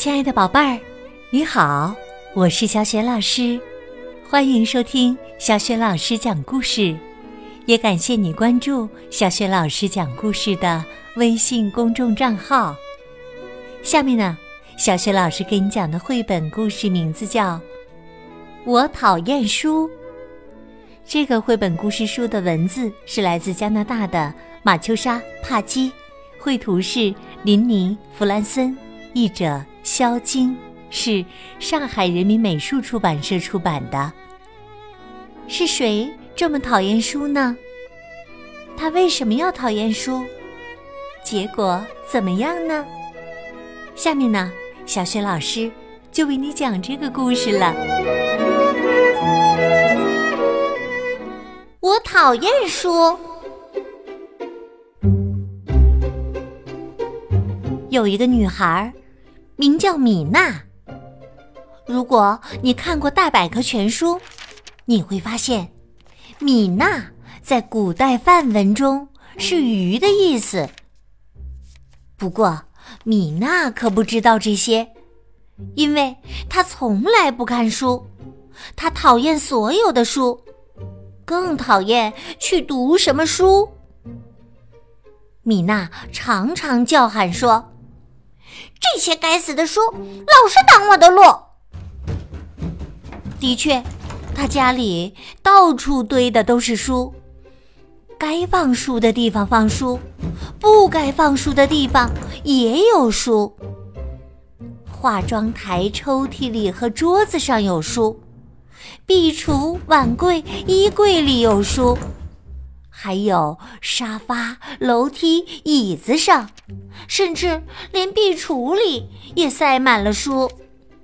亲爱的宝贝儿，你好，我是小雪老师，欢迎收听小雪老师讲故事，也感谢你关注小雪老师讲故事的微信公众账号。下面呢，小雪老师给你讲的绘本故事名字叫《我讨厌书》。这个绘本故事书的文字是来自加拿大的马秋莎·帕基，绘图是林尼·弗兰森，译者肖晶，是上海人民美术出版社出版的。是谁这么讨厌书呢？他为什么要讨厌书？结果怎么样呢？下面呢，小雪老师就为你讲这个故事了。 我讨厌书。 有一个女孩名叫米娜。如果你看过大百科全书，你会发现米娜在古代梵文中是鱼的意思。不过米娜可不知道这些，因为她从来不看书，她讨厌所有的书，更讨厌去读什么书。米娜常常叫喊说， 这些该死的书老是挡我的路。 的确，她家里到处堆的都是书，该放书的地方放书，不该放书的地方也有书。化妆台抽屉里和桌子上有书，壁橱、碗柜、衣柜里有书，还有沙发、楼梯、椅子上，甚至连壁橱里也塞满了书。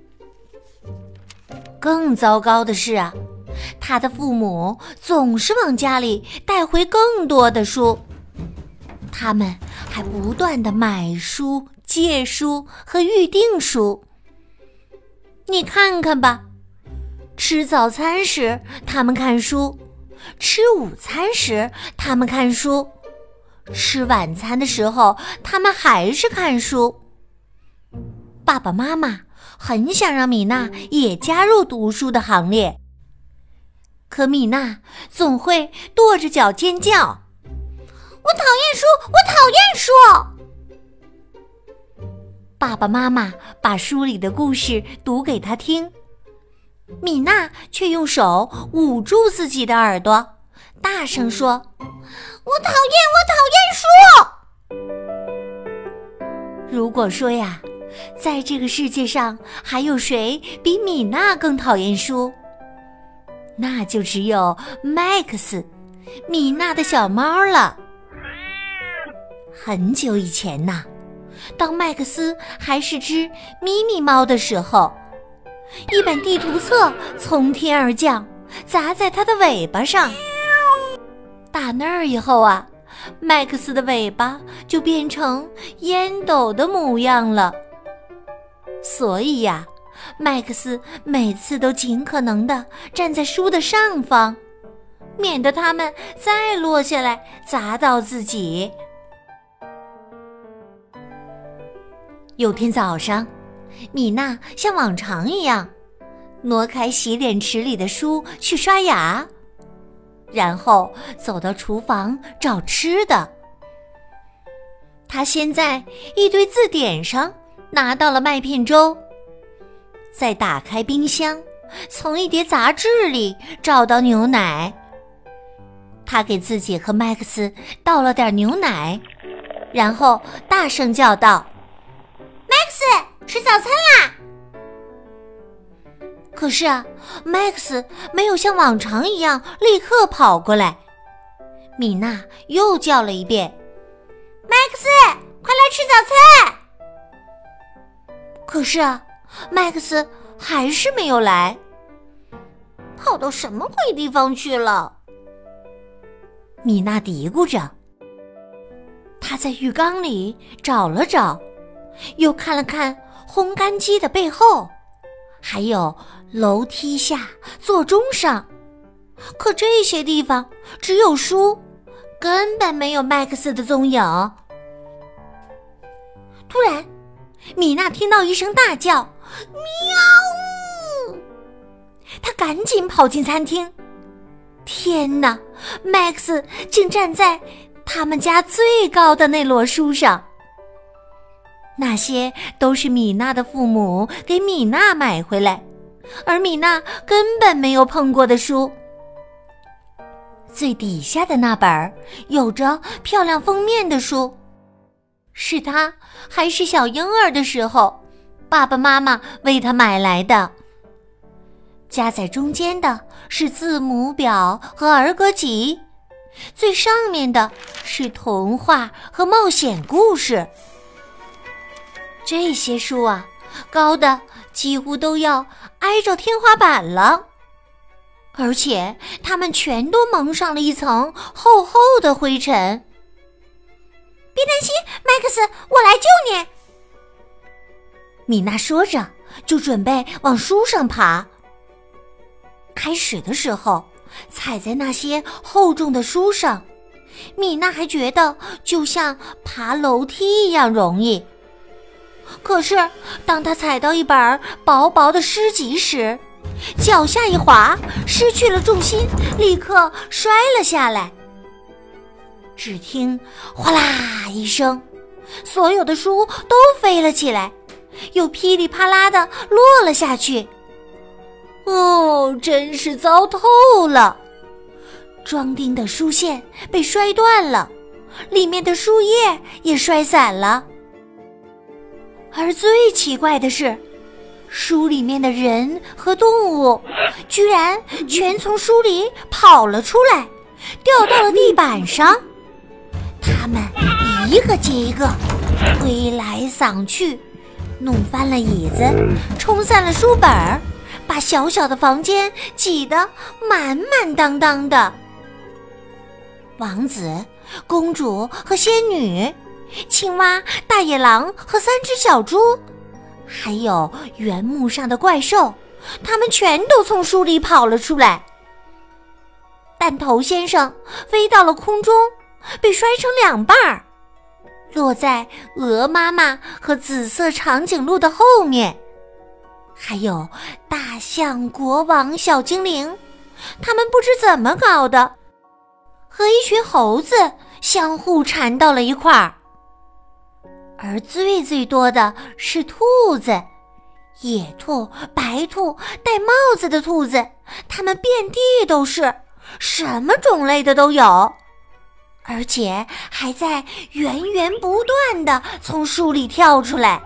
更糟糕的是啊，他的父母总是往家里带回更多的书，他们还不断地买书、借书和预订书。你看看吧，吃早餐时他们看书，吃午餐时他们看书，吃晚餐的时候他们还是看书。爸爸妈妈很想让米娜也加入读书的行列，可米娜总会跺着脚尖叫， 我讨厌书，我讨厌书。 爸爸妈妈把书里的故事读给她听，米娜却用手捂住自己的耳朵，大声说， 我讨厌书。 如果说呀，在这个世界上还有谁比米娜更讨厌书，那就只有麦克斯，米娜的小猫了。很久以前呐，当麦克斯还是只咪咪猫的时候，一本地图册从天而降，砸在它的尾巴上。打那儿以后啊，麦克斯的尾巴就变成烟斗的模样了。所以呀，麦克斯每次都尽可能地站在书的上方，免得它们再落下来砸到自己。有天早上，米娜像往常一样挪开洗脸池里的书去刷牙，然后走到厨房找吃的。她先在一堆字典上拿到了麦片粥，再打开冰箱，从一叠杂志里找到牛奶。她给自己和麦克斯倒了点牛奶，然后大声叫道， 麦克斯，吃早餐啦！ 可是啊，麦克斯没有像往常一样立刻跑过来。米娜又叫了一遍， 麦克斯，快来吃早餐！ 可是啊，麦克斯还是没有来。 跑到什么鬼地方去了？ 米娜嘀咕着。她在浴缸里找了找，又看了看烘干机的背后，还有楼梯下、座钟上，可这些地方只有书，根本没有麦克斯的踪影。突然， 米娜听到一声大叫，喵！她赶紧跑进餐厅。天哪， Max 竟站在他们家最高的那摞书上。那些都是米娜的父母给米娜买回来，而米娜根本没有碰过的书。最底下的那本有着漂亮封面的书，是她还是小婴儿的时候，爸爸妈妈为她买来的。夹在中间的是字母表和儿歌集，最上面的是童话和冒险故事。这些书啊，高的几乎都要挨着天花板了，而且它们全都蒙上了一层厚厚的灰尘。别担心 ，Max， 我来救你。米娜说着，就准备往书上爬。开始的时候，踩在那些厚重的书上，米娜还觉得就像爬楼梯一样容易。可是当她踩到一本薄薄的诗集时，脚下一滑，失去了重心，立刻摔了下来。只听哗啦一声，所有的书都飞了起来，又噼里啪啦地落了下去。哦，真是糟透了！装订的书线被摔断了，里面的书页也摔散了。而最奇怪的是，书里面的人和动物居然全从书里跑了出来，掉到了地板上。他们一个接一个，推来搡去，弄翻了椅子，冲散了书本，把小小的房间挤得满满当当的。王子、公主和仙女，青蛙、大野狼和3只小猪，还有原木上的怪兽，他们全都从书里跑了出来。弹头先生飞到了空中，被摔成2半，落在鹅妈妈和紫色长颈鹿的后面。还有大象、国王、小精灵，他们不知怎么搞的，和一群猴子相互缠到了一块儿。而最多的是兔子，野兔、白兔、戴帽子的兔子，它们遍地都是，什么种类的都有，而且还在源源不断地从书里跳出来。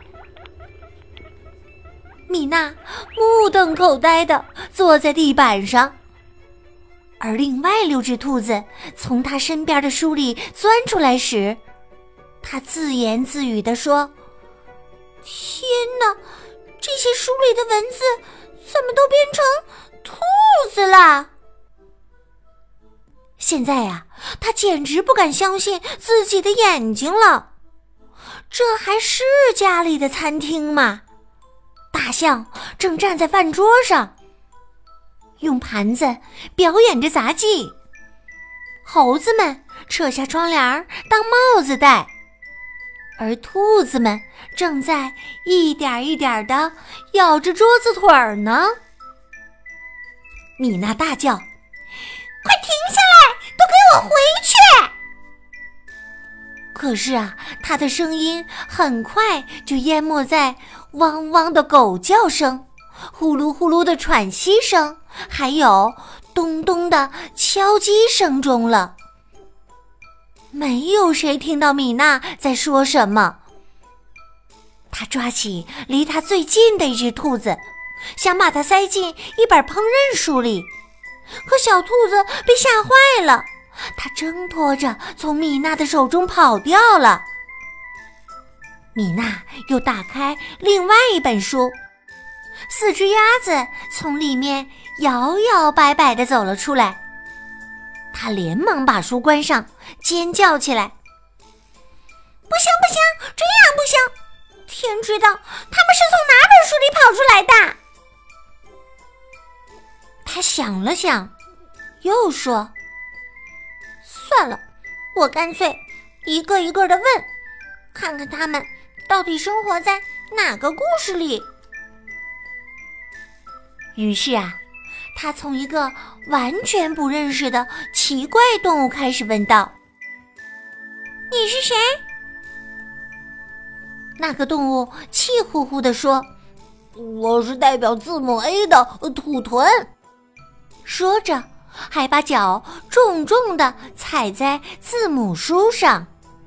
米娜目瞪口呆地坐在地板上，而另外6只兔子从她身边的书里钻出来时，她自言自语地说：“天哪，这些书里的文字怎么都变成兔子了？”现在呀，她简直不敢相信自己的眼睛了。这还是家里的餐厅吗？大象正站在饭桌上，用盘子表演着杂技。猴子们扯下窗帘当帽子戴，而兔子们正在一点一点地咬着桌子腿儿呢。米娜大叫：“快停下来，都给我回去！”可是啊，她的声音很快就淹没在汪汪的狗叫声、呼噜呼噜的喘息声，还有咚咚的敲击声中了。没有谁听到米娜在说什么。她抓起离她最近的一只兔子，想把它塞进一本烹饪书里，可小兔子被吓坏了，它挣脱着从米娜的手中跑掉了。米娜又打开另外一本书，4只鸭子从里面摇摇摆摆地走了出来。她连忙把书关上，尖叫起来：“不行不行，这样不行！天知道他们是从哪本书里跑出来的！”她想了想，又说：“算了，我干脆一个一个地问，看看他们到底生活在哪个故事里？于是啊，他从一个完全不认识的奇怪动物开始问道：你是谁？那个动物气呼呼地说：我是代表字母 A 的土豚。说着还把脚重重地踩在字母书上。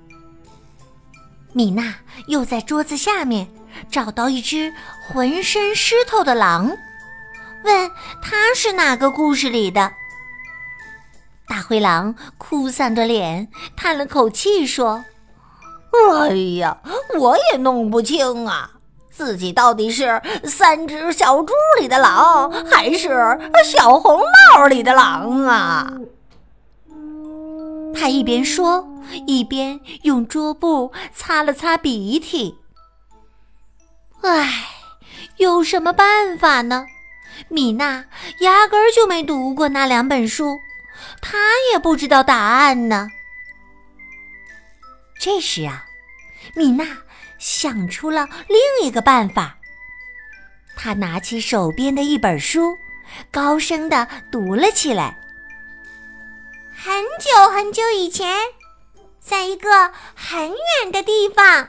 米娜又在桌子下面找到一只浑身湿透的狼，问他是哪个故事里的。大灰狼哭丧着脸叹了口气说：哎呀，我也弄不清啊，自己到底是3只小猪里的狼，还是小红帽里的狼啊？他一边说，一边用桌布擦了擦鼻涕。唉，有什么办法呢？米娜压根儿就没读过那2本书，她也不知道答案呢。这时啊，米娜想出了另一个办法。她拿起手边的一本书，高声地读了起来。很久很久以前，在一个很远的地方。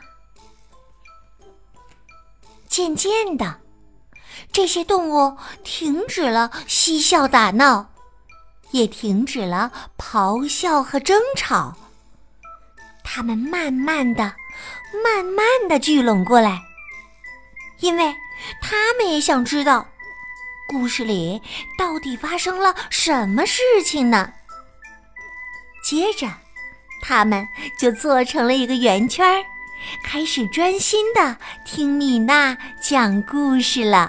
渐渐的，这些动物停止了嬉笑打闹，也停止了咆哮和争吵。它们慢慢地聚拢过来，因为它们也想知道故事里到底发生了什么事情呢。接着他们就做成了一个圆圈，开始专心地听米娜讲故事了。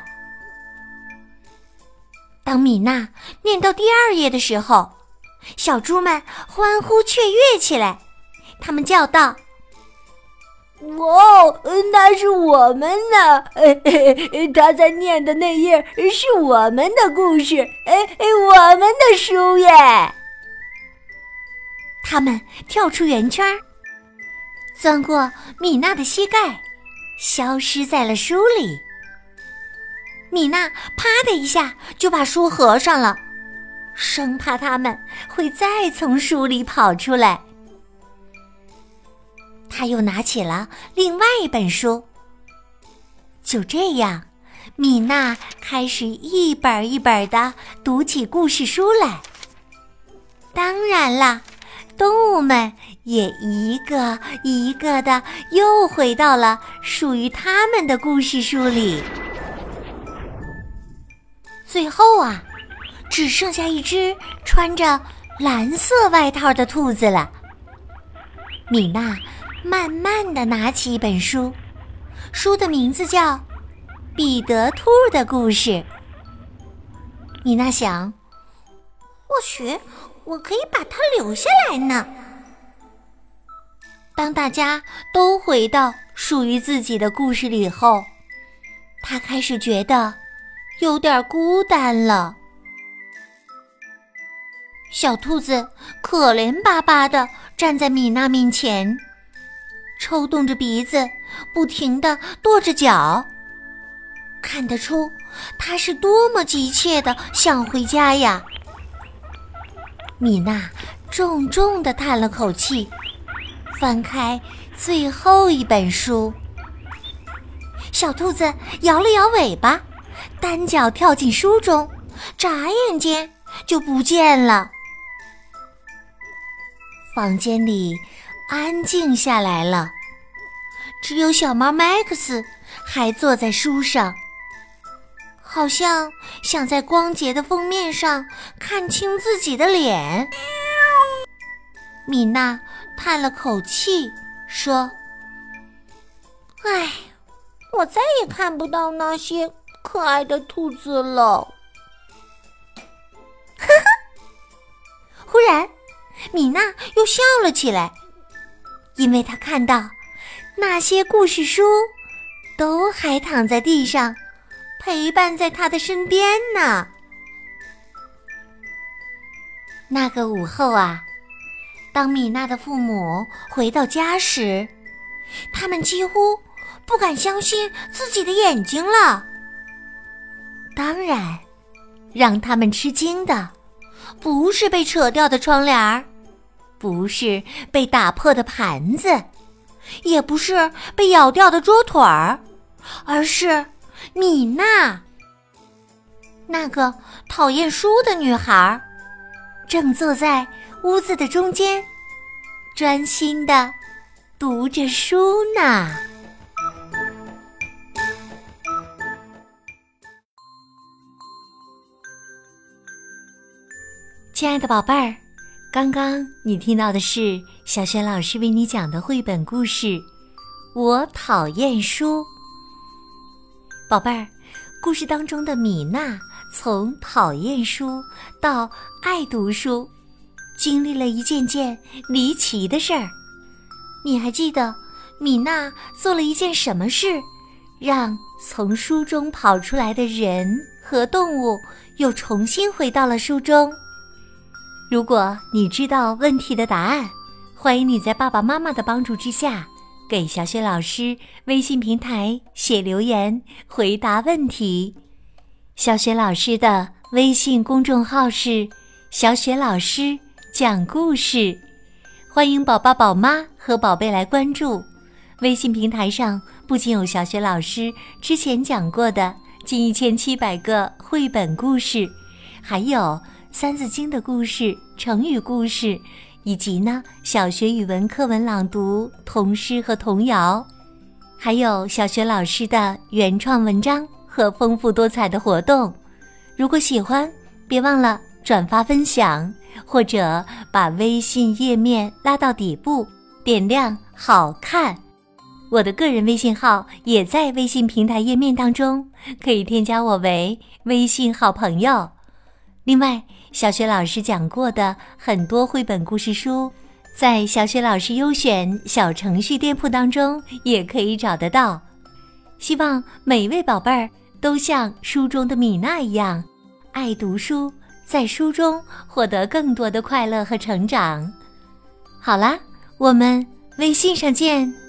当米娜念到第2页的时候，小猪们欢呼雀跃起来，他们叫道：哇，那是我们呢！他在念的那页是我们的故事，我们的书耶！他们跳出圆圈，钻过米娜的膝盖，消失在了书里。米娜啪的一下就把书合上了，生怕他们会再从书里跑出来。他又拿起了另外一本书。就这样，米娜开始一本一本地读起故事书来。当然啦，动物们也一个一个的又回到了属于他们的故事书里。最后啊，只剩下一只穿着蓝色外套的兔子了。米娜慢慢地拿起一本书，书的名字叫《彼得兔的故事》。米娜想，或许我可以把它留下来呢。当大家都回到属于自己的故事里后，她开始觉得有点孤单了。小兔子可怜巴巴地站在米娜面前，抽动着鼻子，不停地跺着脚，看得出它是多么急切地想回家呀。米娜重重地叹了口气，翻开最后一本书。小兔子摇了摇尾巴，单脚跳进书中，眨眼间就不见了。房间里安静下来了，只有小猫麦克斯还坐在书上，好像想在光洁的封面上看清自己的脸。米娜叹了口气说：唉，我再也看不到那些可爱的兔子了。呵呵，忽然米娜又笑了起来，因为她看到那些故事书都还躺在地上，陪伴在她的身边呢。那个午后啊，当米娜的父母回到家时，他们几乎不敢相信自己的眼睛了。当然，让他们吃惊的不是被扯掉的窗帘儿，不是被打破的盘子，也不是被咬掉的桌腿儿，而是米娜。那个讨厌书的女孩正坐在屋子的中间，专心地读着书呢。 亲爱的宝贝儿，刚刚你听到的是小雪老师为你讲的绘本故事《我讨厌书》。宝贝儿，故事当中的米娜从讨厌书到爱读书，经历了一件件离奇的事儿。你还记得米娜做了一件什么事，让从书中跑出来的人和动物又重新回到了书中？如果你知道问题的答案，欢迎你在爸爸妈妈的帮助之下，给小雪老师微信平台写留言回答问题。小雪老师的微信公众号是小雪老师讲故事，欢迎宝宝宝妈和宝贝来关注。微信平台上不仅有小雪老师之前讲过的近1700个绘本故事，还有三字经的故事、成语故事，以及小学语文课文朗读、童诗和童谣，还有小学老师的原创文章和丰富多彩的活动。如果喜欢，别忘了转发分享，或者把微信页面拉到底部，点亮好看。我的个人微信号也在微信平台页面当中，可以添加我为微信好朋友。另外，小雪老师讲过的很多绘本故事书，在小雪老师优选小程序店铺当中也可以找得到。希望每一位宝贝儿都像书中的米娜一样，爱读书，在书中获得更多的快乐和成长。好啦，我们微信上见。